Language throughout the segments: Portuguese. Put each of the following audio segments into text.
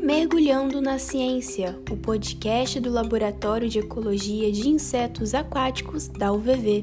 Mergulhando na Ciência, o podcast do Laboratório de Ecologia de Insetos Aquáticos da UVV.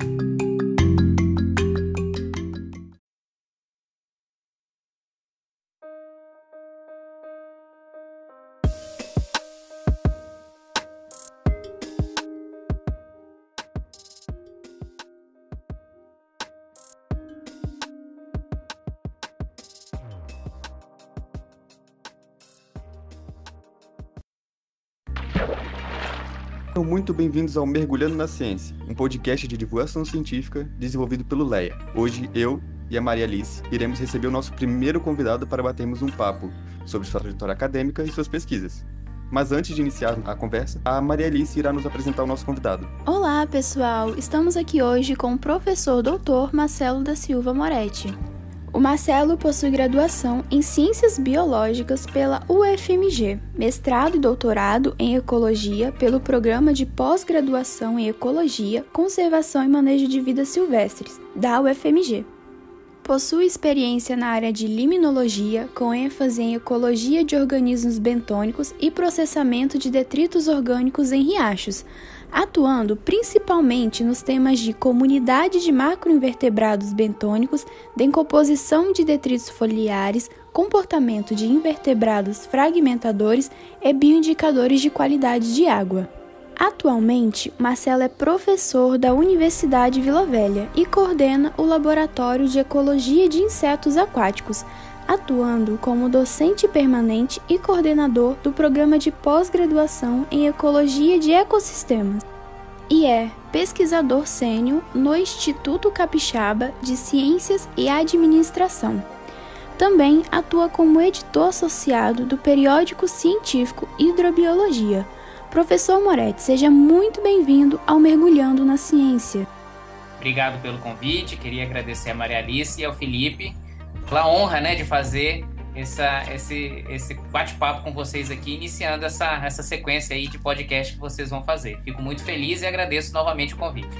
Sejam muito bem-vindos ao Mergulhando na Ciência, um podcast de divulgação científica desenvolvido pelo LEA. Hoje, eu e a Maria Alice iremos receber o nosso primeiro convidado para batermos um papo sobre sua trajetória acadêmica e suas pesquisas. Mas antes de iniciar a conversa, a Maria Alice irá nos apresentar o nosso convidado. Olá, pessoal! Estamos aqui hoje com o professor doutor Marcelo da Silva Moretti. O Marcelo possui graduação em Ciências Biológicas pela UFMG, mestrado e doutorado em Ecologia pelo Programa de Pós-Graduação em Ecologia, Conservação e Manejo de Vidas Silvestres, da UFMG. Possui experiência na área de limnologia, com ênfase em ecologia de organismos bentônicos e processamento de detritos orgânicos em riachos, atuando principalmente nos temas de comunidade de macroinvertebrados bentônicos, decomposição de detritos foliares, comportamento de invertebrados fragmentadores e bioindicadores de qualidade de água. Atualmente, Marcelo é professor da Universidade Vila Velha e coordena o Laboratório de Ecologia de Insetos Aquáticos, atuando como docente permanente e coordenador do Programa de Pós-Graduação em Ecologia de Ecossistemas. E é pesquisador sênior no Instituto Capixaba de Ciências e Administração. Também atua como editor associado do periódico científico Hidrobiologia. Professor Moretti, seja muito bem-vindo ao Mergulhando na Ciência. Obrigado pelo convite, queria agradecer a Maria Alice e ao Felipe pela honra, de fazer esse bate-papo com vocês aqui, iniciando essa sequência aí de podcast que vocês vão fazer. Fico muito feliz e agradeço novamente o convite.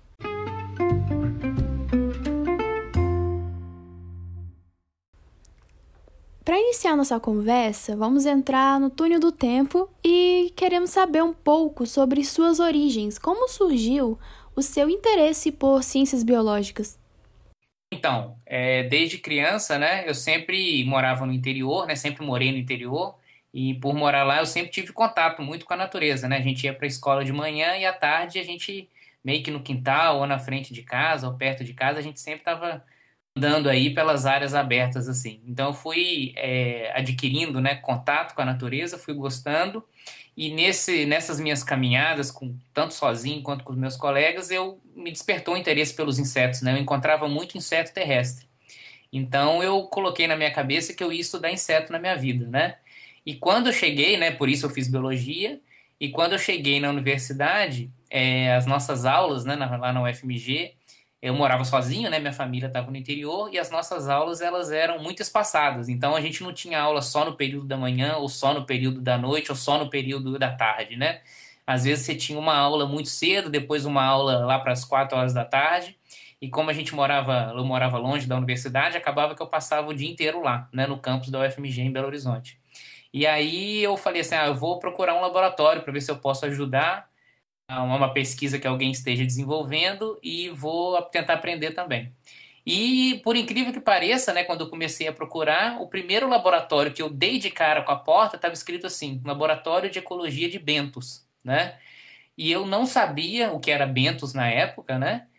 Para iniciar nossa conversa, vamos entrar no túnel do tempo e queremos saber um pouco sobre suas origens. Como surgiu o seu interesse por ciências biológicas? Então, desde criança, eu sempre morava no interior, sempre morei no interior, e por morar lá eu sempre tive contato muito com a natureza, A gente ia para a escola de manhã e à tarde a gente, meio que no quintal ou na frente de casa ou perto de casa, a gente sempre estava andando aí pelas áreas abertas, assim. Então eu fui adquirindo, contato com a natureza, fui gostando, e nessas minhas caminhadas, tanto sozinho quanto com os meus colegas, me despertou o interesse pelos insetos, Eu encontrava muito inseto terrestre. Então eu coloquei na minha cabeça que eu ia estudar inseto na minha vida, E quando eu cheguei, por isso eu fiz biologia, e quando eu cheguei na universidade, as nossas aulas, lá na UFMG, eu morava sozinho, minha família estava no interior, e as nossas aulas elas eram muito espaçadas. Então a gente não tinha aula só no período da manhã, ou só no período da noite, ou só no período da tarde, Às vezes você tinha uma aula muito cedo, depois uma aula lá para as 4 horas da tarde, e como eu morava longe da universidade, acabava que eu passava o dia inteiro lá, no campus da UFMG em Belo Horizonte. E aí eu falei assim, eu vou procurar um laboratório para ver se eu posso ajudar a uma pesquisa que alguém esteja desenvolvendo e vou tentar aprender também. E, por incrível que pareça, quando eu comecei a procurar, o primeiro laboratório que eu dei de cara com a porta estava escrito assim, Laboratório de Ecologia de Bentos, E eu não sabia o que era bentos na época,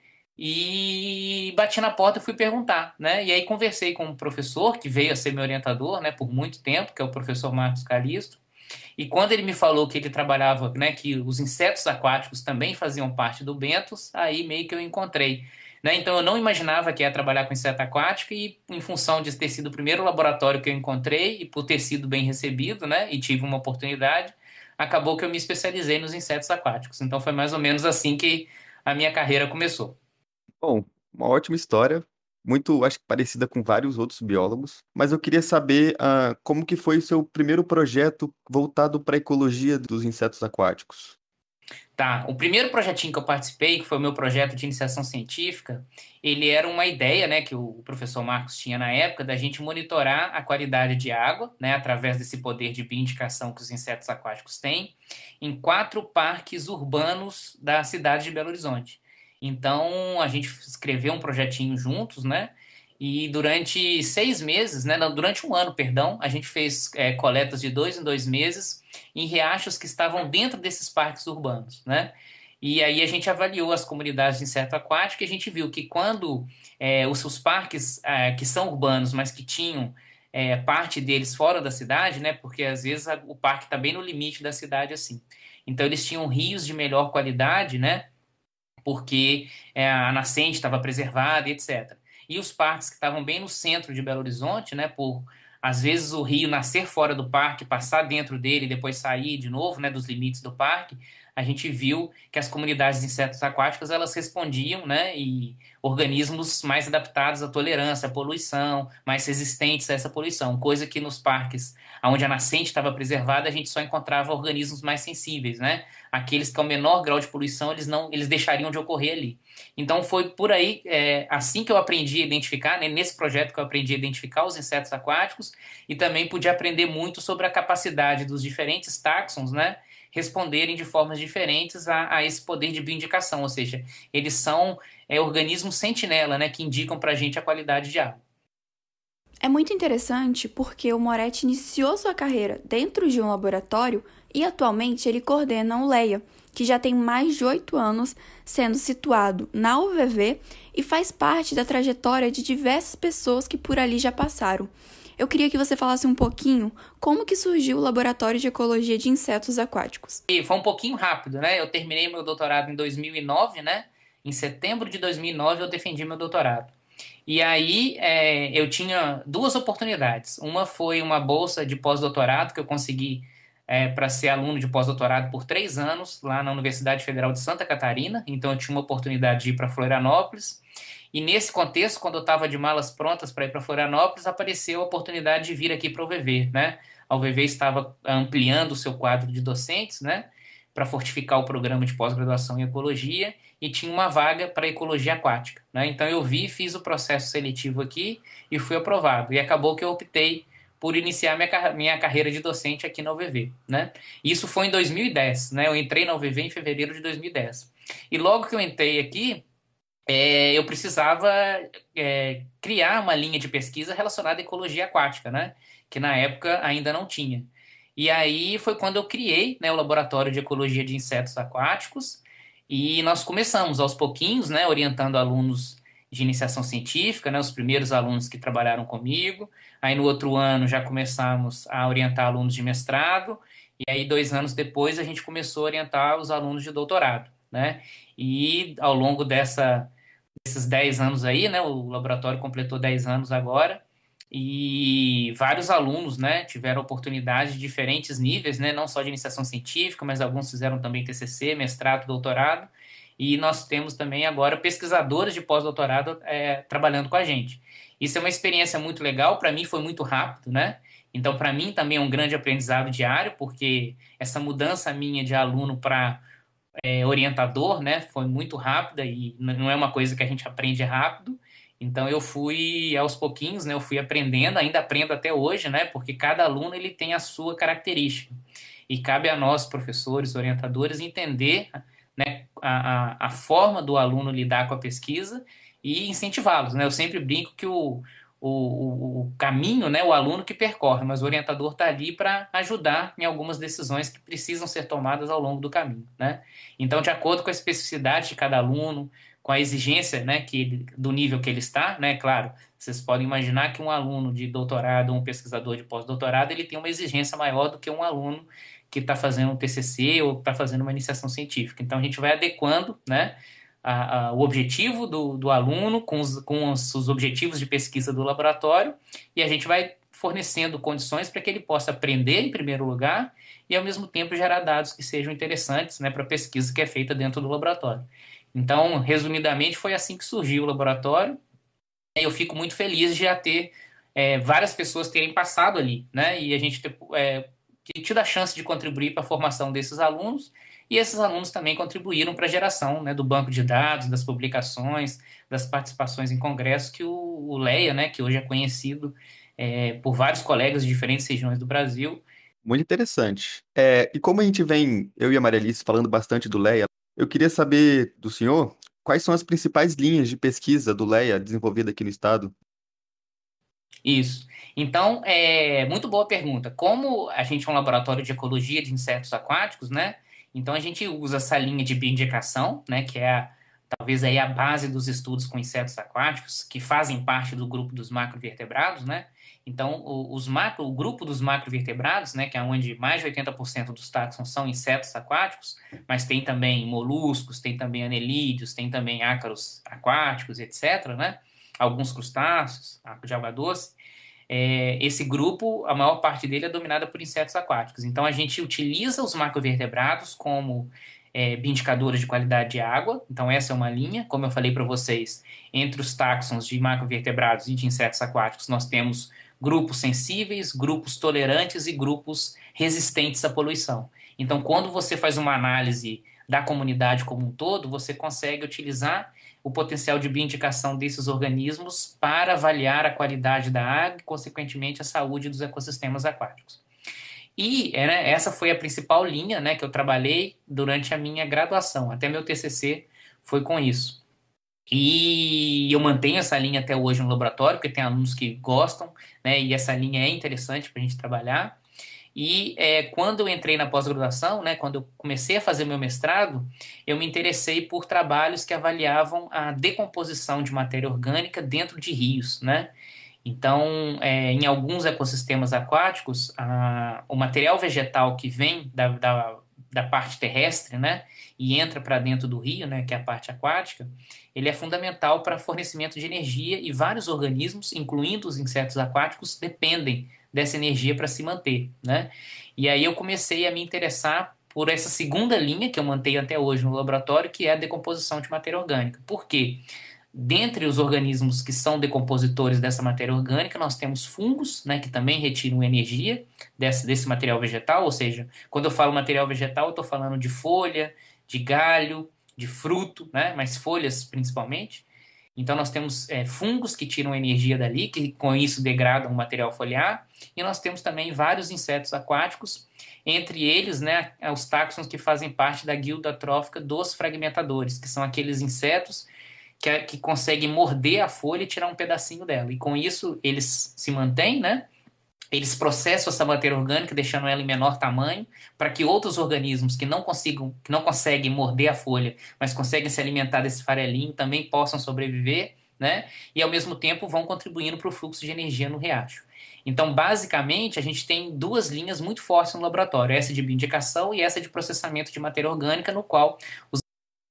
E bati na porta e fui perguntar, E aí conversei com um professor que veio a ser meu orientador, por muito tempo, que é o professor Marcos Calisto. E quando ele me falou que ele trabalhava, que os insetos aquáticos também faziam parte do bentos, aí meio que eu encontrei. Então eu não imaginava que ia trabalhar com inseto aquático e em função de ter sido o primeiro laboratório que eu encontrei e por ter sido bem recebido, e tive uma oportunidade, acabou que eu me especializei nos insetos aquáticos. Então foi mais ou menos assim que a minha carreira começou. Bom, uma ótima história, muito, acho que parecida com vários outros biólogos, mas eu queria saber como que foi o seu primeiro projeto voltado para a ecologia dos insetos aquáticos. Tá, o primeiro projetinho que eu participei, que foi o meu projeto de iniciação científica, ele era uma ideia, né, que o professor Marcos tinha na época, da gente monitorar a qualidade de água, né, através desse poder de bioindicação que os insetos aquáticos têm, em 4 parques urbanos da cidade de Belo Horizonte. Então, a gente escreveu um projetinho juntos, né, e durante 6 meses, né, não, durante um ano, perdão, a gente fez coletas de 2 em 2 meses em riachos que estavam dentro desses parques urbanos, né? E aí a gente avaliou as comunidades de inseto aquático e a gente viu que quando os parques que são urbanos, mas que tinham parte deles fora da cidade, né? Porque às vezes o parque está bem no limite da cidade, assim. Então eles tinham rios de melhor qualidade, né? Porque a nascente estava preservada e etc. E os parques que estavam bem no centro de Belo Horizonte, né, por às vezes o rio nascer fora do parque, passar dentro dele e depois sair de novo, né, dos limites do parque, a gente viu que as comunidades de insetos aquáticos elas respondiam, né, e organismos mais adaptados à tolerância, à poluição, mais resistentes a essa poluição, coisa que nos parques onde a nascente estava preservada a gente só encontrava organismos mais sensíveis, né, aqueles que ao menor grau de poluição eles deixariam de ocorrer ali. Então foi por aí, assim que eu aprendi a identificar, né, nesse projeto que eu aprendi a identificar os insetos aquáticos e também pude aprender muito sobre a capacidade dos diferentes táxons, né, responderem de formas diferentes a esse poder de bioindicação, ou seja, eles são organismos sentinela, né, que indicam para a gente a qualidade de água. É muito interessante porque o Moretti iniciou sua carreira dentro de um laboratório e atualmente ele coordena o LEIA, que já tem mais de 8 anos sendo situado na UVV e faz parte da trajetória de diversas pessoas que por ali já passaram. Eu queria que você falasse um pouquinho como que surgiu o Laboratório de Ecologia de Insetos Aquáticos. E foi um pouquinho rápido, né? Eu terminei meu doutorado em 2009, né? Em setembro de 2009 eu defendi meu doutorado. E aí eu tinha 2 oportunidades. Uma foi uma bolsa de pós-doutorado que eu consegui para ser aluno de pós-doutorado por 3 anos lá na Universidade Federal de Santa Catarina. Então eu tinha uma oportunidade de ir para Florianópolis. E nesse contexto, quando eu estava de malas prontas para ir para Florianópolis, apareceu a oportunidade de vir aqui para o UVV, né? A UVV estava ampliando o seu quadro de docentes, né? Para fortificar o programa de pós-graduação em ecologia e tinha uma vaga para ecologia aquática, né? Então eu fiz o processo seletivo aqui e fui aprovado. E acabou que eu optei por iniciar minha carreira de docente aqui na UVV, né? Isso foi em 2010, né? Eu entrei na UVV em fevereiro de 2010. E logo que eu entrei aqui, eu precisava criar uma linha de pesquisa relacionada à ecologia aquática, né? Que na época ainda não tinha. E aí foi quando eu criei, né, o Laboratório de Ecologia de Insetos Aquáticos e nós começamos aos pouquinhos, né, orientando alunos de iniciação científica, né, os primeiros alunos que trabalharam comigo. Aí no outro ano já começamos a orientar alunos de mestrado e aí 2 anos depois a gente começou a orientar os alunos de doutorado, né? E ao longo desses 10 anos aí, né, o laboratório completou 10 anos agora, e vários alunos, né, tiveram oportunidade de diferentes níveis, né, não só de iniciação científica, mas alguns fizeram também TCC, mestrado, doutorado, e nós temos também agora pesquisadores de pós-doutorado trabalhando com a gente. Isso é uma experiência muito legal, para mim foi muito rápido, né? Então, para mim também é um grande aprendizado diário, porque essa mudança minha de aluno para orientador, né, foi muito rápida e não é uma coisa que a gente aprende rápido. Então eu fui aos pouquinhos, né, eu fui aprendendo, ainda aprendo até hoje, né, porque cada aluno ele tem a sua característica e cabe a nós, professores, orientadores, entender, né, a forma do aluno lidar com a pesquisa e incentivá-los, né? Eu sempre brinco que o caminho, né, o aluno que percorre, mas o orientador está ali para ajudar em algumas decisões que precisam ser tomadas ao longo do caminho, né? Então, de acordo com a especificidade de cada aluno, com a exigência, né, do nível que ele está, né, claro, vocês podem imaginar que um aluno de doutorado, um pesquisador de pós-doutorado, ele tem uma exigência maior do que um aluno que está fazendo um TCC ou está fazendo uma iniciação científica. Então, a gente vai adequando, né, o objetivo do aluno com os objetivos de pesquisa do laboratório e a gente vai fornecendo condições para que ele possa aprender em primeiro lugar e ao mesmo tempo gerar dados que sejam interessantes, né, para a pesquisa que é feita dentro do laboratório. Então, resumidamente, foi assim que surgiu o laboratório. Eu fico muito feliz de já ter várias pessoas terem passado ali, né, e a gente ter tido a chance de contribuir para a formação desses alunos e esses alunos também contribuíram para a geração, né, do banco de dados, das publicações, das participações em congressos que o LEA, né, que hoje é conhecido por vários colegas de diferentes regiões do Brasil. Muito interessante. E como a gente vem, eu e a Maria Alice, falando bastante do LEA, eu queria saber do senhor quais são as principais linhas de pesquisa do LEA desenvolvida aqui no estado. Isso. Então, muito boa pergunta. Como a gente é um laboratório de ecologia de insetos aquáticos, né? Então a gente usa essa linha de bioindicação, né? Que é talvez aí a base dos estudos com insetos aquáticos, que fazem parte do grupo dos macrovertebrados, né? Então, o grupo dos macrovertebrados, né? Que é onde mais de 80% dos táxons são insetos aquáticos, mas tem também moluscos, tem também anelídeos, tem também ácaros aquáticos, etc., né? Alguns crustáceos, de água doce. Esse grupo, a maior parte dele é dominada por insetos aquáticos. Então, a gente utiliza os macrovertebrados como bioindicadores de qualidade de água. Então, essa é uma linha. Como eu falei para vocês, entre os táxons de macrovertebrados e de insetos aquáticos, nós temos grupos sensíveis, grupos tolerantes e grupos resistentes à poluição. Então, quando você faz uma análise da comunidade como um todo, você consegue utilizar o potencial de bioindicação desses organismos para avaliar a qualidade da água e, consequentemente, a saúde dos ecossistemas aquáticos. E essa foi a principal linha, né, que eu trabalhei durante a minha graduação. Até meu TCC foi com isso. E eu mantenho essa linha até hoje no laboratório, porque tem alunos que gostam, né, e essa linha é interessante para a gente trabalhar. E quando eu entrei na pós-graduação, né, quando eu comecei a fazer meu mestrado, eu me interessei por trabalhos que avaliavam a decomposição de matéria orgânica dentro de rios, né? Então, em alguns ecossistemas aquáticos, o material vegetal que vem da parte terrestre, né, e entra para dentro do rio, né, que é a parte aquática, ele é fundamental para fornecimento de energia e vários organismos, incluindo os insetos aquáticos, dependem dessa energia para se manter, né? E aí eu comecei a me interessar por essa segunda linha que eu mantenho até hoje no laboratório, que é a decomposição de matéria orgânica. Por quê? Dentre os organismos que são decompositores dessa matéria orgânica, nós temos fungos, né, que também retiram energia desse material vegetal, ou seja, quando eu falo material vegetal, eu estou falando de folha, de galho, de fruto, né, mas folhas principalmente. Então, nós temos fungos que tiram energia dali, que com isso degradam o material foliar, e nós temos também vários insetos aquáticos, entre eles, né, os táxons que fazem parte da guilda trófica dos fragmentadores, que são aqueles insetos que conseguem morder a folha e tirar um pedacinho dela. E com isso, eles se mantêm, né? Eles processam essa matéria orgânica, deixando ela em menor tamanho, para que outros organismos que não conseguem morder a folha, mas conseguem se alimentar desse farelinho, também possam sobreviver, né? E, ao mesmo tempo, vão contribuindo para o fluxo de energia no riacho. Então, basicamente, a gente tem duas linhas muito fortes no laboratório, essa de bioindicação e essa de processamento de matéria orgânica, no qual os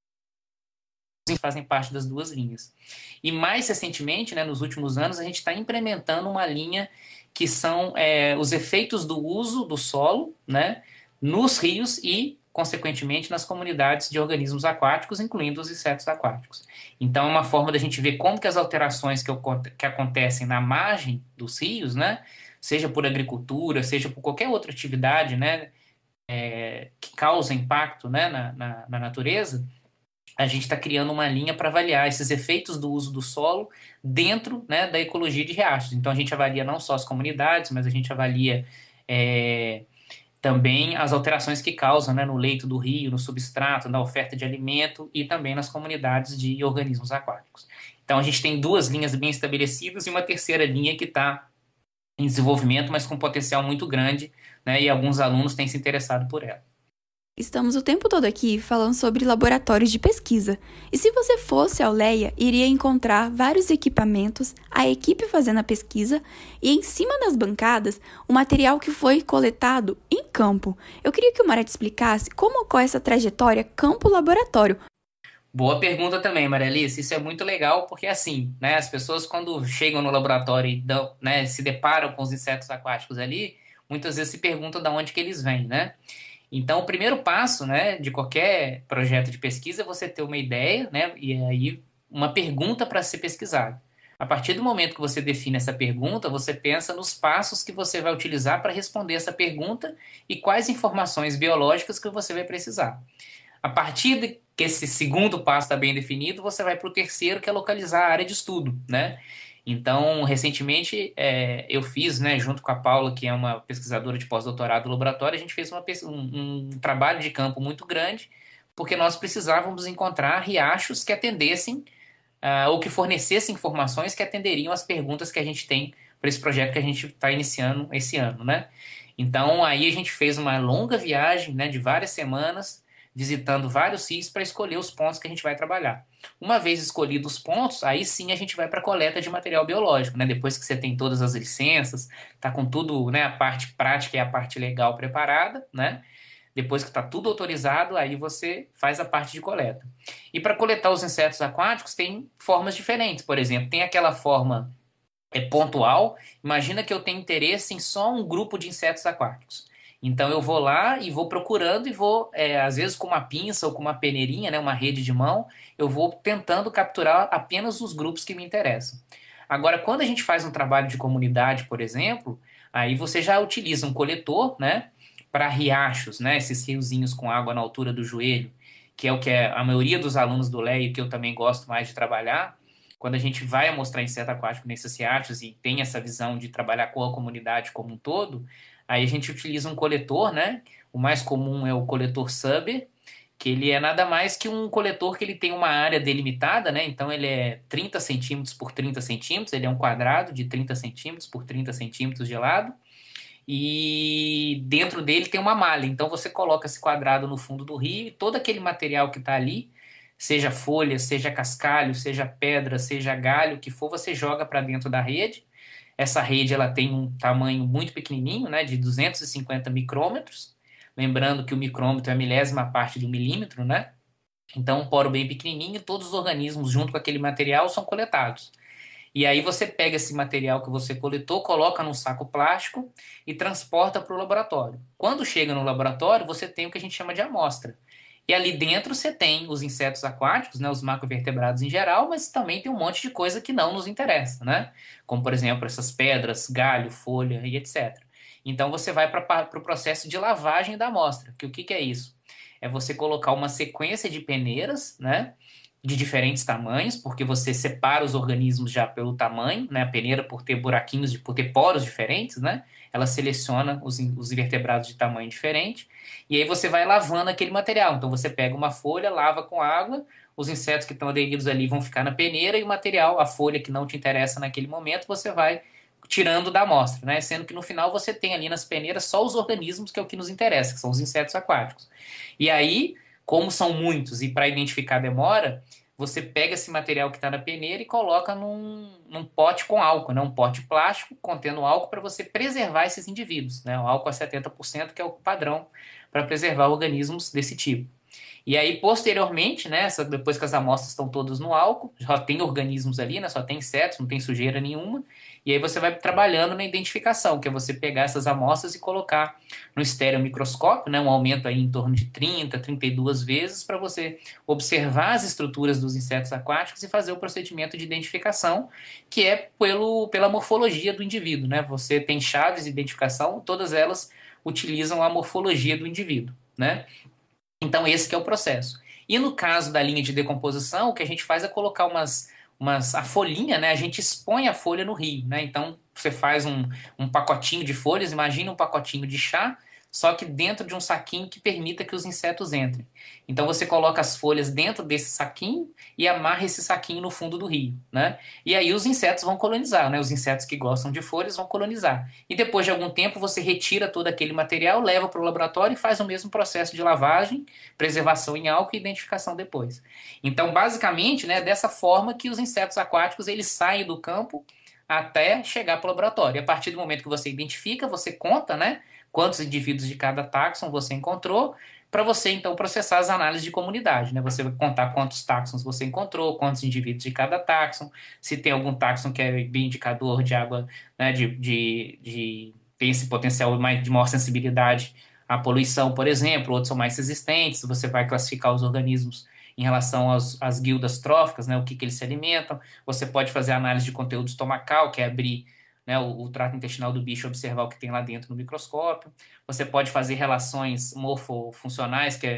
fazem parte das duas linhas. E mais recentemente, né, nos últimos anos, a gente está implementando uma linha que são os efeitos do uso do solo, né, nos rios e, consequentemente, nas comunidades de organismos aquáticos, incluindo os insetos aquáticos. Então, é uma forma da gente ver como que as alterações que acontecem na margem dos rios, né, seja por agricultura, seja por qualquer outra atividade, né, que causa impacto, né, na natureza, a gente está criando uma linha para avaliar esses efeitos do uso do solo dentro, né, da ecologia de riachos. Então, a gente avalia não só as comunidades, mas a gente avalia também as alterações que causam, né, no leito do rio, no substrato, na oferta de alimento e também nas comunidades de organismos aquáticos. Então, a gente tem duas linhas bem estabelecidas e uma terceira linha que está em desenvolvimento, mas com potencial muito grande, né, e alguns alunos têm se interessado por ela. Estamos o tempo todo aqui falando sobre laboratórios de pesquisa. E se você fosse ao LEA, iria encontrar vários equipamentos, a equipe fazendo a pesquisa e em cima das bancadas, o material que foi coletado em campo. Eu queria que o Maré explicasse como ocorre essa trajetória campo-laboratório. Boa pergunta também, Maria Alice. Isso é muito legal porque, assim, né, as pessoas quando chegam no laboratório e se deparam com os insetos aquáticos ali, muitas vezes se perguntam de onde que eles vêm, né? Então, o primeiro passo, né, de qualquer projeto de pesquisa é você ter uma ideia, né, e aí uma pergunta para ser pesquisada. A partir do momento que você define essa pergunta, você pensa nos passos que você vai utilizar para responder essa pergunta e quais informações biológicas que você vai precisar. A partir de que esse segundo passo está bem definido, você vai para o terceiro, que é localizar a área de estudo, né? Então, recentemente, eu fiz, né, junto com a Paula, que é uma pesquisadora de pós-doutorado do laboratório, a gente fez um trabalho de campo muito grande, porque nós precisávamos encontrar riachos que atendessem, ou que fornecessem informações que atenderiam às perguntas que a gente tem para esse projeto que a gente está iniciando esse ano, né? Então, aí a gente fez uma longa viagem, né, de várias semanas, visitando vários sítios para escolher os pontos que a gente vai trabalhar. Uma vez escolhidos os pontos, aí sim a gente vai para a coleta de material biológico, né? Depois que você tem todas as licenças, tá com tudo, né, a parte prática e a parte legal preparada, né? Depois que está tudo autorizado, aí você faz a parte de coleta. E para coletar os insetos aquáticos tem formas diferentes. Por exemplo, tem aquela forma pontual. Imagina que eu tenho interesse em só um grupo de insetos aquáticos. Então eu vou lá e vou procurando e vou, às vezes com uma pinça ou com uma peneirinha, né, uma rede de mão, eu vou tentando capturar apenas os grupos que me interessam. Agora, quando a gente faz um trabalho de comunidade, por exemplo, aí você já utiliza um coletor, né, para riachos, né, esses riozinhos com água na altura do joelho, que é o que a maioria dos alunos do LEI, que eu também gosto mais de trabalhar. Quando a gente vai mostrar inseto aquático nesses riachos e tem essa visão de trabalhar com a comunidade como um todo, aí a gente utiliza um coletor, né? O mais comum é o coletor Suber, que ele é nada mais que um coletor que ele tem uma área delimitada, né? Então ele é 30 centímetros por 30 centímetros, ele é um quadrado de 30 centímetros por 30 centímetros de lado, e dentro dele tem uma malha. Então você coloca esse quadrado no fundo do rio e todo aquele material que está ali, seja folha, seja cascalho, seja pedra, seja galho, o que for, você joga para dentro da rede. Essa rede ela tem um tamanho muito pequenininho, né, de 250 micrômetros. Lembrando que o micrômetro é a milésima parte do milímetro, né? Então, um poro bem pequenininho e todos os organismos junto com aquele material são coletados. E aí você pega esse material que você coletou, coloca num saco plástico e transporta para o laboratório. Quando chega no laboratório, você tem o que a gente chama de amostra. E ali dentro você tem os insetos aquáticos, né, os macrovertebrados em geral, mas também tem um monte de coisa que não nos interessa, né? Como, por exemplo, essas pedras, galho, folha e etc. Então você vai para o processo de lavagem da amostra. Que o que é isso? É você colocar uma sequência de peneiras, né, de diferentes tamanhos, porque você separa os organismos já pelo tamanho, né? A peneira, por ter buraquinhos, por ter poros diferentes, né? Ela seleciona os invertebrados de tamanho diferente, e aí você vai lavando aquele material. Então você pega uma folha, lava com água, os insetos que estão aderidos ali vão ficar na peneira, e o material, a folha que não te interessa naquele momento, você vai tirando da amostra, né? Sendo que no final você tem ali nas peneiras só os organismos que é o que nos interessa, que são os insetos aquáticos. E aí, como são muitos e para identificar demora, você pega esse material que está na peneira e coloca num pote com álcool, né? Um pote plástico contendo álcool para você preservar esses indivíduos, né? O álcool a 70%, que é o padrão para preservar organismos desse tipo. E aí, posteriormente, né, depois que as amostras estão todas no álcool, já tem organismos ali, né, só tem insetos, não tem sujeira nenhuma, e aí você vai trabalhando na identificação, que é você pegar essas amostras e colocar no estereomicroscópio, né, um aumento aí em torno de 30, 32 vezes, para você observar as estruturas dos insetos aquáticos e fazer o procedimento de identificação, que é pela morfologia do indivíduo, né? Você tem chaves de identificação, todas elas utilizam a morfologia do indivíduo, né? Então, esse que é o processo. E no caso da linha de decomposição, o que a gente faz é colocar a folhinha, né? A gente expõe a folha no rio, né? Então, você faz um pacotinho de folhas, imagina um pacotinho de chá, só que dentro de um saquinho que permita que os insetos entrem. Então, você coloca as folhas dentro desse saquinho e amarra esse saquinho no fundo do rio, né? E aí os insetos vão colonizar, né? Os insetos que gostam de folhas vão colonizar. E depois de algum tempo, você retira todo aquele material, leva para o laboratório e faz o mesmo processo de lavagem, preservação em álcool e identificação depois. Então, basicamente, né, dessa forma que os insetos aquáticos eles saem do campo até chegar para o laboratório. E a partir do momento que você identifica, você conta, né, quantos indivíduos de cada táxon você encontrou, para você, então, processar as análises de comunidade, né? Você vai contar quantos táxons você encontrou, quantos indivíduos de cada táxon, se tem algum táxon que é bem indicador de água, né, tem esse potencial de maior sensibilidade à poluição, por exemplo, outros são mais resistentes, você vai classificar os organismos em relação às guildas tróficas, né, o que eles se alimentam. Você pode fazer análise de conteúdo estomacal, que é abrir, né, o trato intestinal do bicho e observar o que tem lá dentro no microscópio. Você pode fazer relações morfofuncionais, que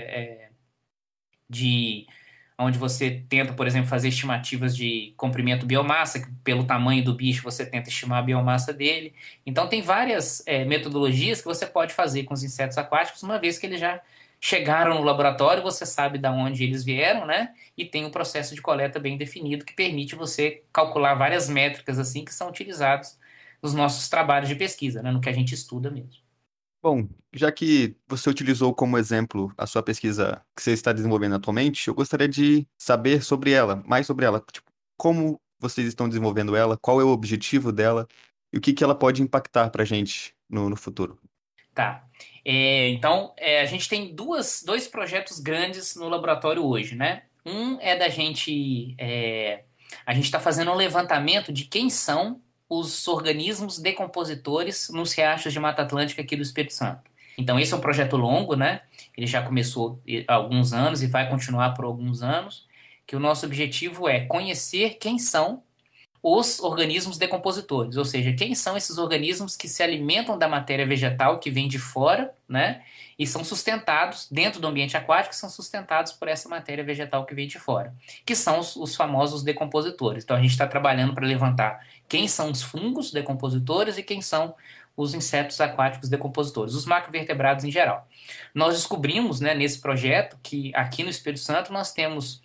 de onde você tenta, por exemplo, fazer estimativas de comprimento biomassa, que pelo tamanho do bicho você tenta estimar a biomassa dele. Então tem várias metodologias que você pode fazer com os insetos aquáticos, uma vez que eles já chegaram no laboratório, você sabe de onde eles vieram, né? E tem um processo de coleta bem definido que permite você calcular várias métricas assim que são utilizadas nos nossos trabalhos de pesquisa, né? No que a gente estuda mesmo. Bom, já que você utilizou como exemplo a sua pesquisa que você está desenvolvendo atualmente, eu gostaria de saber sobre ela, mais sobre ela. Tipo, como vocês estão desenvolvendo ela, qual é o objetivo dela e o que que ela pode impactar para a gente no futuro. Tá. Então, a gente tem dois projetos grandes no laboratório hoje, né? Um é da gente. A gente está fazendo um levantamento de quem são os organismos decompositores nos riachos de Mata Atlântica aqui do Espírito Santo. Então, esse é um projeto longo, né? Ele já começou há alguns anos e vai continuar por alguns anos. Que o nosso objetivo é conhecer quem são os organismos decompositores, ou seja, quem são esses organismos que se alimentam da matéria vegetal que vem de fora, né, e são sustentados dentro do ambiente aquático, são sustentados por essa matéria vegetal que vem de fora, que são os famosos decompositores. Então a gente está trabalhando para levantar quem são os fungos decompositores e quem são os insetos aquáticos decompositores, os macrovertebrados em geral. Nós descobrimos, né, nesse projeto que aqui no Espírito Santo nós temos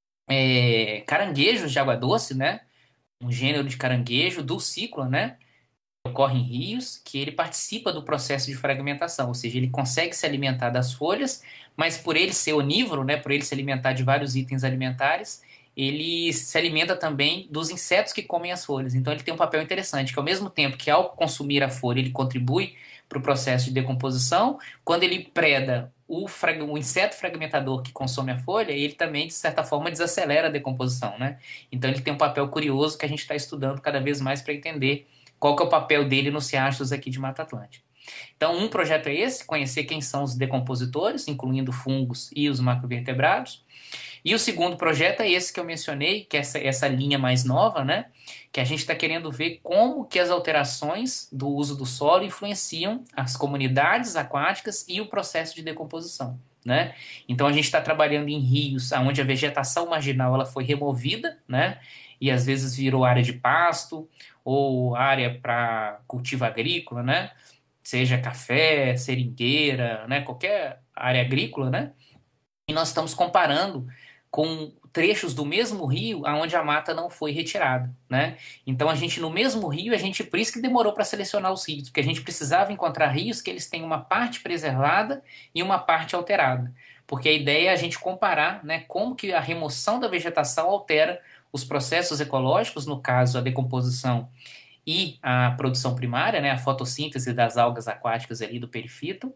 caranguejos de água doce, né, um gênero de caranguejo dulcícola, né? Ocorre em rios, que ele participa do processo de fragmentação, ou seja, ele consegue se alimentar das folhas, mas por ele ser onívoro, né, por ele se alimentar de vários itens alimentares, ele se alimenta também dos insetos que comem as folhas. Então ele tem um papel interessante, que ao mesmo tempo que ao consumir a folha ele contribui para o processo de decomposição, quando ele preda o inseto fragmentador que consome a folha, ele também, de certa forma, desacelera a decomposição, né? Então ele tem um papel curioso que a gente está estudando cada vez mais para entender qual que é o papel dele nos riachos aqui de Mata Atlântica. Então, um projeto é esse, conhecer quem são os decompositores, incluindo fungos e os macrovertebrados. E o segundo projeto é esse que eu mencionei, que é essa linha mais nova, né? Que a gente está querendo ver como que as alterações do uso do solo influenciam as comunidades aquáticas e o processo de decomposição, né? Então a gente está trabalhando em rios onde a vegetação marginal ela foi removida, né? E às vezes virou área de pasto ou área para cultivo agrícola, né? Seja café, seringueira, né? Qualquer área agrícola, né? E nós estamos comparando com trechos do mesmo rio onde a mata não foi retirada, né? Então a gente no mesmo rio, por isso que demorou para selecionar os rios, porque a gente precisava encontrar rios que eles têm uma parte preservada e uma parte alterada, porque a ideia é a gente comparar, né, como que a remoção da vegetação altera os processos ecológicos, no caso a decomposição e a produção primária, né, a fotossíntese das algas aquáticas ali do perifito,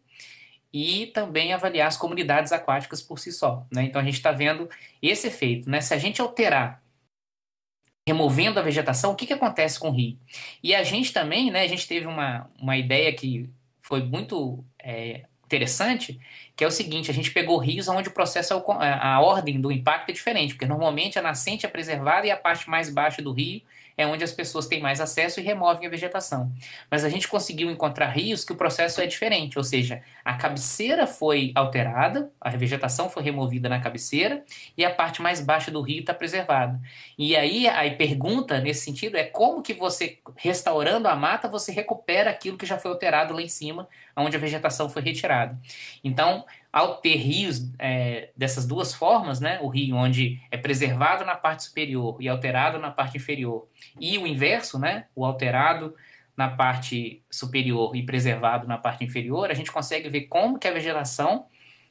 e também avaliar as comunidades aquáticas por si só, né? Então a gente está vendo esse efeito, né? Se a gente alterar, removendo a vegetação, o que acontece com o rio? E a gente também, né? A gente teve uma ideia que foi muito interessante, que é o seguinte: a gente pegou rios onde o processo, a ordem do impacto é diferente, porque normalmente a nascente é preservada e a parte mais baixa do rio é onde as pessoas têm mais acesso e removem a vegetação. Mas a gente conseguiu encontrar rios que o processo é diferente, ou seja, a cabeceira foi alterada, a vegetação foi removida na cabeceira e a parte mais baixa do rio está preservada. E aí a pergunta nesse sentido é como que você, restaurando a mata, você recupera aquilo que já foi alterado lá em cima, onde a vegetação foi retirada. Então, ao ter rios dessas duas formas, né, o rio onde é preservado na parte superior e alterado na parte inferior, e o inverso, né, o alterado na parte superior e preservado na parte inferior, a gente consegue ver como que a vegetação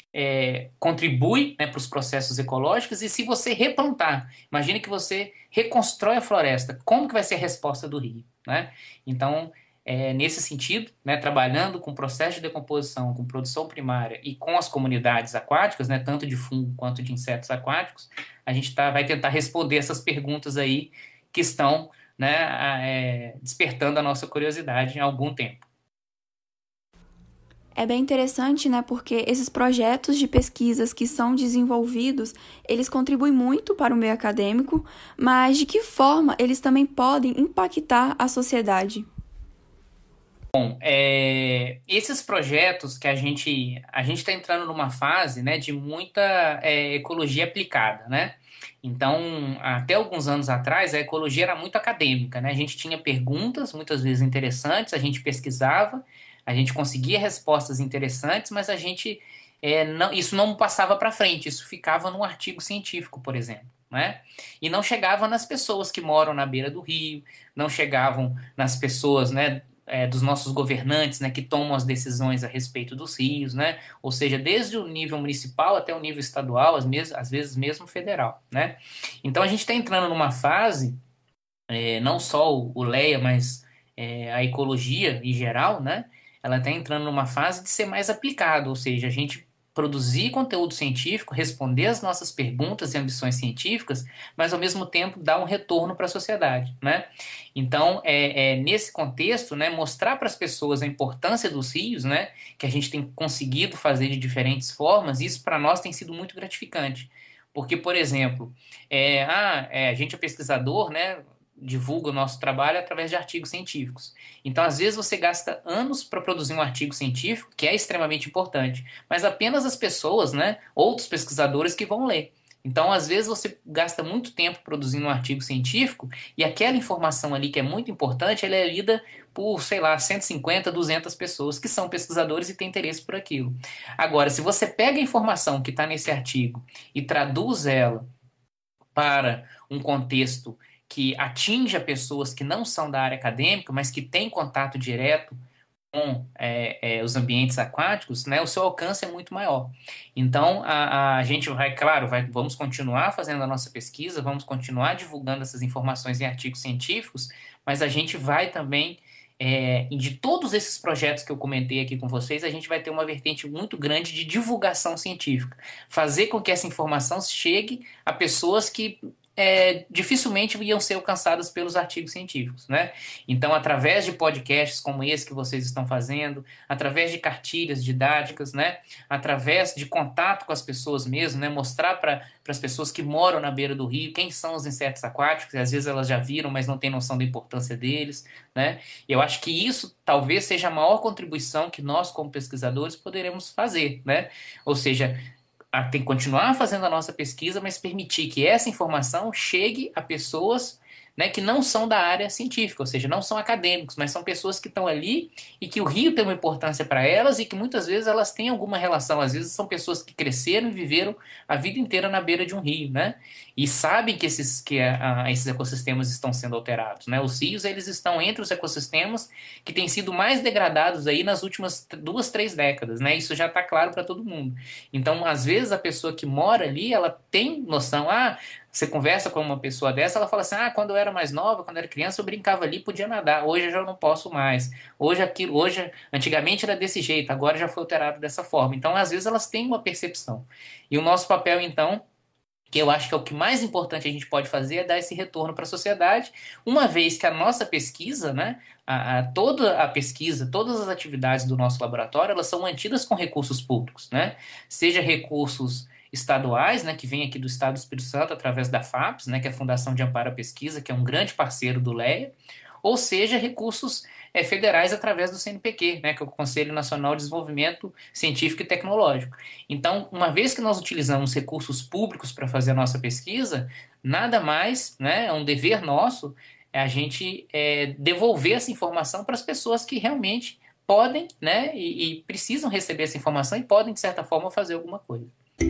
contribui, né, para os processos ecológicos. E se você replantar, imagine que você reconstrói a floresta, como que vai ser a resposta do rio, né? Então, nesse sentido, né, trabalhando com processo de decomposição, com produção primária e com as comunidades aquáticas, né, tanto de fungo quanto de insetos aquáticos, a gente vai tentar responder essas perguntas aí que estão, né, despertando a nossa curiosidade há algum tempo. É bem interessante, né, porque esses projetos de pesquisas que são desenvolvidos, eles contribuem muito para o meio acadêmico, mas de que forma eles também podem impactar a sociedade? Esses projetos que a gente está entrando numa fase, né, de muita ecologia aplicada, né? Então, até alguns anos atrás, a ecologia era muito acadêmica, né? A gente tinha perguntas, muitas vezes interessantes, a gente pesquisava, a gente conseguia respostas interessantes, mas isso não passava para frente, isso ficava num artigo científico, por exemplo. Né? E não chegava nas pessoas que moram na beira do rio, não chegavam nas pessoas, né, dos nossos governantes, né, que tomam as decisões a respeito dos rios, né? Ou seja, desde o nível municipal até o nível estadual, às vezes mesmo federal, né? Então a gente está entrando numa fase, não só o LEA, mas a ecologia em geral, né? Ela está entrando numa fase de ser mais aplicado, ou seja, a gente produzir conteúdo científico, responder as nossas perguntas e ambições científicas, mas ao mesmo tempo dar um retorno para a sociedade, né? Então, nesse contexto, né, mostrar para as pessoas a importância dos rios, né, que a gente tem conseguido fazer de diferentes formas, isso para nós tem sido muito gratificante. Porque, por exemplo, a gente é pesquisador, né, divulga o nosso trabalho através de artigos científicos. Então, às vezes, você gasta anos para produzir um artigo científico, que é extremamente importante, mas apenas as pessoas, né, outros pesquisadores que vão ler. Então, às vezes, você gasta muito tempo produzindo um artigo científico e aquela informação ali que é muito importante, ela é lida por, sei lá, 150, 200 pessoas que são pesquisadores e têm interesse por aquilo. Agora, se você pega a informação que está nesse artigo e traduz ela para um contexto que atinja pessoas que não são da área acadêmica, mas que têm contato direto com os ambientes aquáticos, né, o seu alcance é muito maior. Então, a gente vai, claro, vamos continuar fazendo a nossa pesquisa, vamos continuar divulgando essas informações em artigos científicos, mas a gente vai também, de todos esses projetos que eu comentei aqui com vocês, a gente vai ter uma vertente muito grande de divulgação científica. Fazer com que essa informação chegue a pessoas que dificilmente iam ser alcançadas pelos artigos científicos, né? Então, através de podcasts como esse que vocês estão fazendo, através de cartilhas didáticas, né? Através de contato com as pessoas mesmo, né? Mostrar para as pessoas que moram na beira do rio quem são os insetos aquáticos, e às vezes elas já viram, mas não têm noção da importância deles, né? E eu acho que isso talvez seja a maior contribuição que nós, como pesquisadores, poderemos fazer, né? Ou seja, tem que continuar fazendo a nossa pesquisa, mas permitir que essa informação chegue a pessoas, né, que não são da área científica, ou seja, não são acadêmicos, mas são pessoas que estão ali e que o rio tem uma importância para elas e que muitas vezes elas têm alguma relação. Às vezes são pessoas que cresceram e viveram a vida inteira na beira de um rio, né? E sabem que esses ecossistemas estão sendo alterados, né? Os rios, eles estão entre os ecossistemas que têm sido mais degradados aí nas últimas 2, 3 décadas, né? Isso já está claro para todo mundo. Então, às vezes, a pessoa que mora ali, ela tem noção, você conversa com uma pessoa dessa, ela fala assim, quando eu era mais nova, quando eu era criança, eu brincava ali, podia nadar, hoje eu já não posso mais. Antigamente era desse jeito, agora já foi alterado dessa forma. Então, às vezes, elas têm uma percepção. E o nosso papel, então, que eu acho que é o que mais importante a gente pode fazer, é dar esse retorno para a sociedade, uma vez que a nossa pesquisa, né, toda a pesquisa, todas as atividades do nosso laboratório, elas são mantidas com recursos públicos, né? Seja recursos estaduais, né, que vem aqui do Estado do Espírito Santo através da FAPES, né, que é a Fundação de Amparo à Pesquisa, que é um grande parceiro do LEA, ou seja, recursos federais através do CNPq, né, que é o Conselho Nacional de Desenvolvimento Científico e Tecnológico. Então, uma vez que nós utilizamos recursos públicos para fazer a nossa pesquisa, nada mais, né, é um dever nosso, a gente devolver essa informação para as pessoas que realmente podem, né, e precisam receber essa informação e podem, de certa forma, fazer alguma coisa.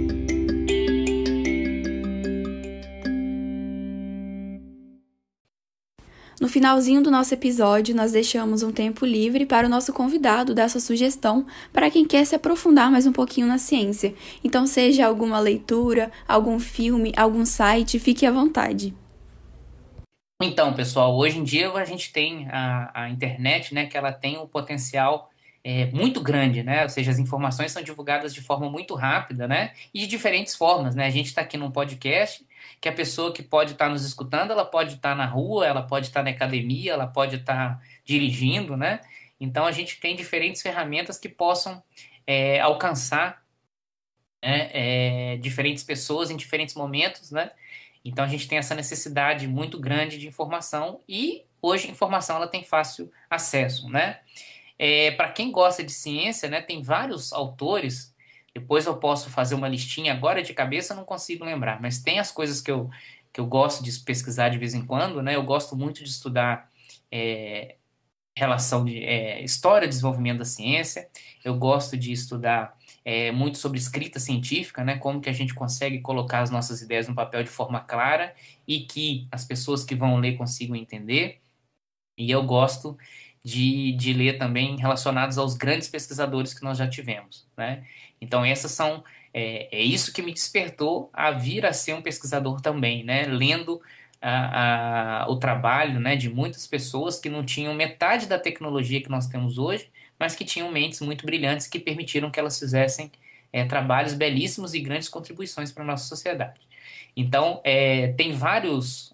No finalzinho do nosso episódio, nós deixamos um tempo livre para o nosso convidado dar sua sugestão para quem quer se aprofundar mais um pouquinho na ciência. Então, seja alguma leitura, algum filme, algum site, fique à vontade. Então, pessoal, hoje em dia a gente tem a internet, né, que ela tem um potencial muito grande, né? Ou seja, as informações são divulgadas de forma muito rápida, né? E de diferentes formas, né? A gente está aqui num podcast que a pessoa que pode estar nos escutando, ela pode estar na rua, ela pode estar na academia, ela pode estar dirigindo, né? Então, a gente tem diferentes ferramentas que possam alcançar, né, diferentes pessoas em diferentes momentos, né? Então, a gente tem essa necessidade muito grande de informação e hoje a informação ela tem fácil acesso, né? Para quem gosta de ciência, né, tem vários autores. Depois eu posso fazer uma listinha, agora de cabeça eu não consigo lembrar, mas tem as coisas que eu gosto de pesquisar de vez em quando, né? Eu gosto muito de estudar relação de história e desenvolvimento da ciência. Eu gosto de estudar muito sobre escrita científica, né? Como que a gente consegue colocar as nossas ideias no papel de forma clara e que as pessoas que vão ler consigam entender. E eu gosto de ler também relacionados aos grandes pesquisadores que nós já tivemos, né? Então, essas são... É isso que me despertou a vir a ser um pesquisador também, né? Lendo o trabalho, né, de muitas pessoas que não tinham metade da tecnologia que nós temos hoje, mas que tinham mentes muito brilhantes que permitiram que elas fizessem trabalhos belíssimos e grandes contribuições para a nossa sociedade. Então, tem vários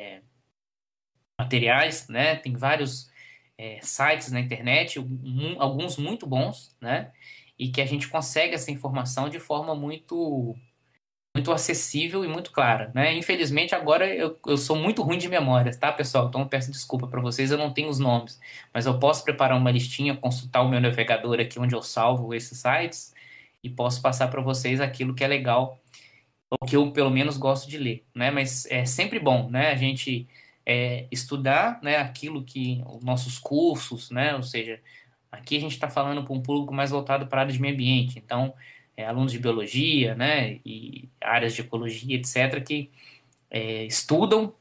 materiais, né, tem vários sites na internet, alguns muito bons, né, e que a gente consegue essa informação de forma muito acessível e muito clara, né? Infelizmente, agora eu sou muito ruim de memória, tá, pessoal? Então, eu peço desculpa para vocês, eu não tenho os nomes, mas eu posso preparar uma listinha, consultar o meu navegador aqui onde eu salvo esses sites e posso passar para vocês aquilo que é legal, ou que eu, pelo menos, gosto de ler, né? Mas é sempre bom, né? A gente estudar, né, aquilo que... os nossos cursos, né? Ou seja, aqui a gente está falando para um público mais voltado para a área de meio ambiente, então... alunos de biologia, né, e áreas de ecologia, etc., que estudam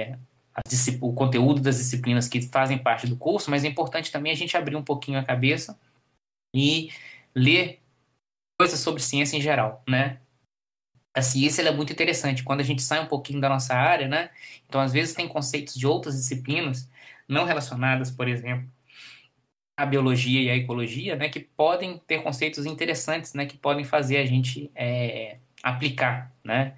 o conteúdo das disciplinas que fazem parte do curso, mas é importante também a gente abrir um pouquinho a cabeça e ler coisas sobre ciência em geral, né? A ciência ela é muito interessante quando a gente sai um pouquinho da nossa área, né? Então, às vezes, tem conceitos de outras disciplinas não relacionadas, por exemplo, a biologia e a ecologia, né, que podem ter conceitos interessantes, né, que podem fazer a gente aplicar, né,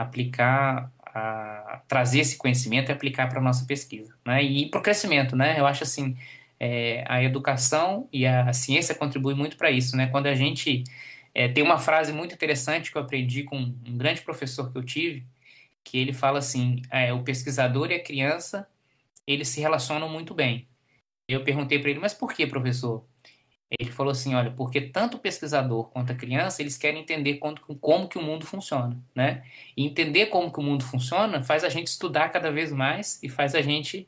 trazer esse conhecimento e aplicar para a nossa pesquisa, né, e para o crescimento, né, eu acho assim, a educação e a ciência contribuem muito para isso, né, quando a gente tem uma frase muito interessante que eu aprendi com um grande professor que eu tive, que ele fala assim, o pesquisador e a criança, eles se relacionam muito bem. Eu perguntei para ele, mas por que, professor? Ele falou assim, olha, porque tanto o pesquisador quanto a criança, eles querem entender como que o mundo funciona, né? E entender como que o mundo funciona faz a gente estudar cada vez mais e faz a gente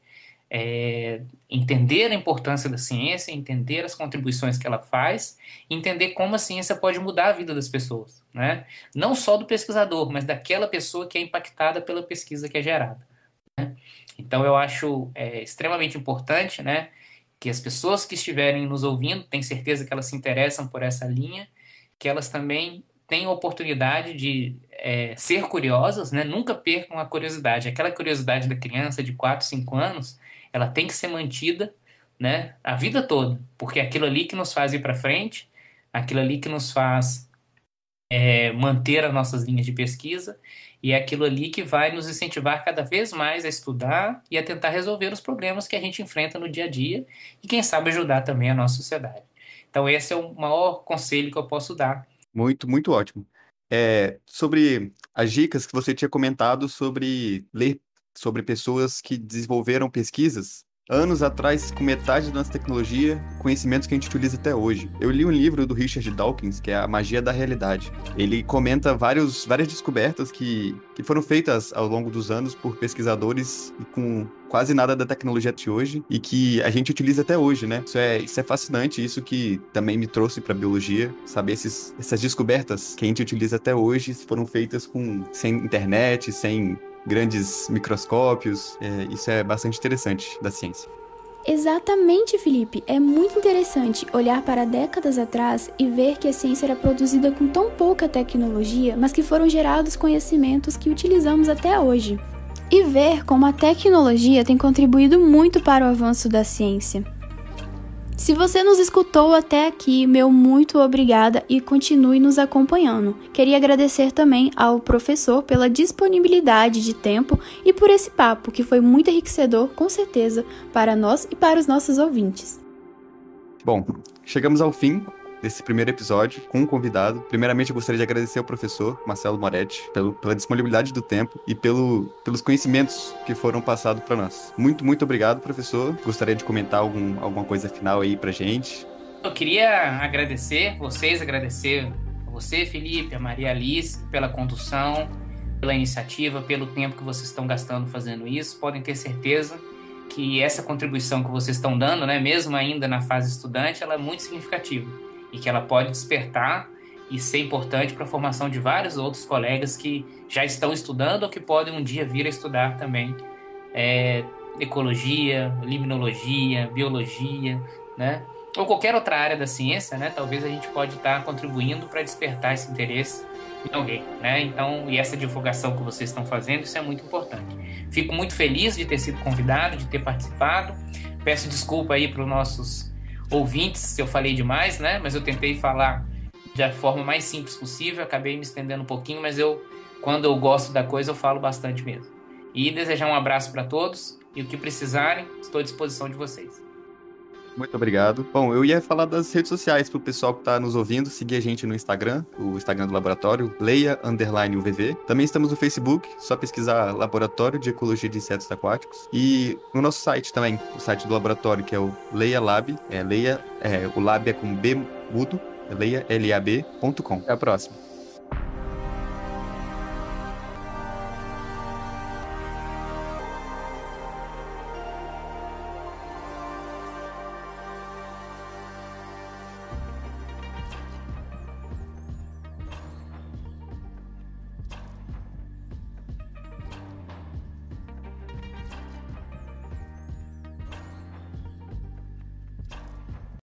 entender a importância da ciência, entender as contribuições que ela faz, entender como a ciência pode mudar a vida das pessoas, né? Não só do pesquisador, mas daquela pessoa que é impactada pela pesquisa que é gerada, né? Então, eu acho extremamente importante, né, que as pessoas que estiverem nos ouvindo, tenho certeza que elas se interessam por essa linha, que elas também tenham a oportunidade de ser curiosas, né? Nunca percam a curiosidade. Aquela curiosidade da criança de 4, 5 anos, ela tem que ser mantida, né, a vida toda, porque é aquilo ali que nos faz ir para frente, aquilo ali que nos faz manter as nossas linhas de pesquisa, e é aquilo ali que vai nos incentivar cada vez mais a estudar e a tentar resolver os problemas que a gente enfrenta no dia a dia e, quem sabe, ajudar também a nossa sociedade. Então, esse é o maior conselho que eu posso dar. Muito, muito ótimo. Sobre as dicas que você tinha comentado sobre ler sobre pessoas que desenvolveram pesquisas anos atrás, com metade da nossa tecnologia, conhecimentos que a gente utiliza até hoje. Eu li um livro do Richard Dawkins, que é A Magia da Realidade. Ele comenta várias descobertas que foram feitas ao longo dos anos por pesquisadores com quase nada da tecnologia de hoje e que a gente utiliza até hoje, né? Isso é fascinante, isso que também me trouxe para biologia, saber essas descobertas que a gente utiliza até hoje foram feitas sem internet, sem grandes microscópios. Isso é bastante interessante da ciência. Exatamente, Felipe. É muito interessante olhar para décadas atrás e ver que a ciência era produzida com tão pouca tecnologia, mas que foram gerados conhecimentos que utilizamos até hoje. E ver como a tecnologia tem contribuído muito para o avanço da ciência. Se você nos escutou até aqui, meu muito obrigada e continue nos acompanhando. Queria agradecer também ao professor pela disponibilidade de tempo e por esse papo, que foi muito enriquecedor, com certeza, para nós e para os nossos ouvintes. Bom, chegamos ao fim desse primeiro episódio com um convidado. Primeiramente, eu gostaria de agradecer ao professor Marcelo Moretti pela disponibilidade do tempo e pelos conhecimentos que foram passados para nós. Muito, muito obrigado, professor. Gostaria de comentar alguma coisa final aí pra gente. Eu queria agradecer a você, Felipe, a Maria Alice, pela condução, pela iniciativa, pelo tempo que vocês estão gastando fazendo isso. Podem ter certeza que essa contribuição que vocês estão dando, né, mesmo ainda na fase estudante, ela é muito significativa e que ela pode despertar e ser importante para a formação de vários outros colegas que já estão estudando ou que podem um dia vir a estudar também ecologia, limnologia, biologia, né? Ou qualquer outra área da ciência, né? Talvez a gente pode estar contribuindo para despertar esse interesse em alguém, né? Então, e essa divulgação que vocês estão fazendo, isso é muito importante. Fico muito feliz de ter sido convidado, de ter participado. Peço desculpa aí para os nossos ouvintes se eu falei demais, né? Mas eu tentei falar da forma mais simples possível, acabei me estendendo um pouquinho, mas quando eu gosto da coisa, eu falo bastante mesmo. E desejar um abraço para todos e o que precisarem, estou à disposição de vocês. Muito obrigado. Bom, eu ia falar das redes sociais para o pessoal que está nos ouvindo, seguir a gente no Instagram, o Instagram do laboratório, leia_UVV. Também estamos no Facebook, só pesquisar Laboratório de Ecologia de Insetos Aquáticos. E no nosso site também, o site do laboratório, que é o Leia Lab, o Lab é com B mudo, leialab.com. Até a próxima.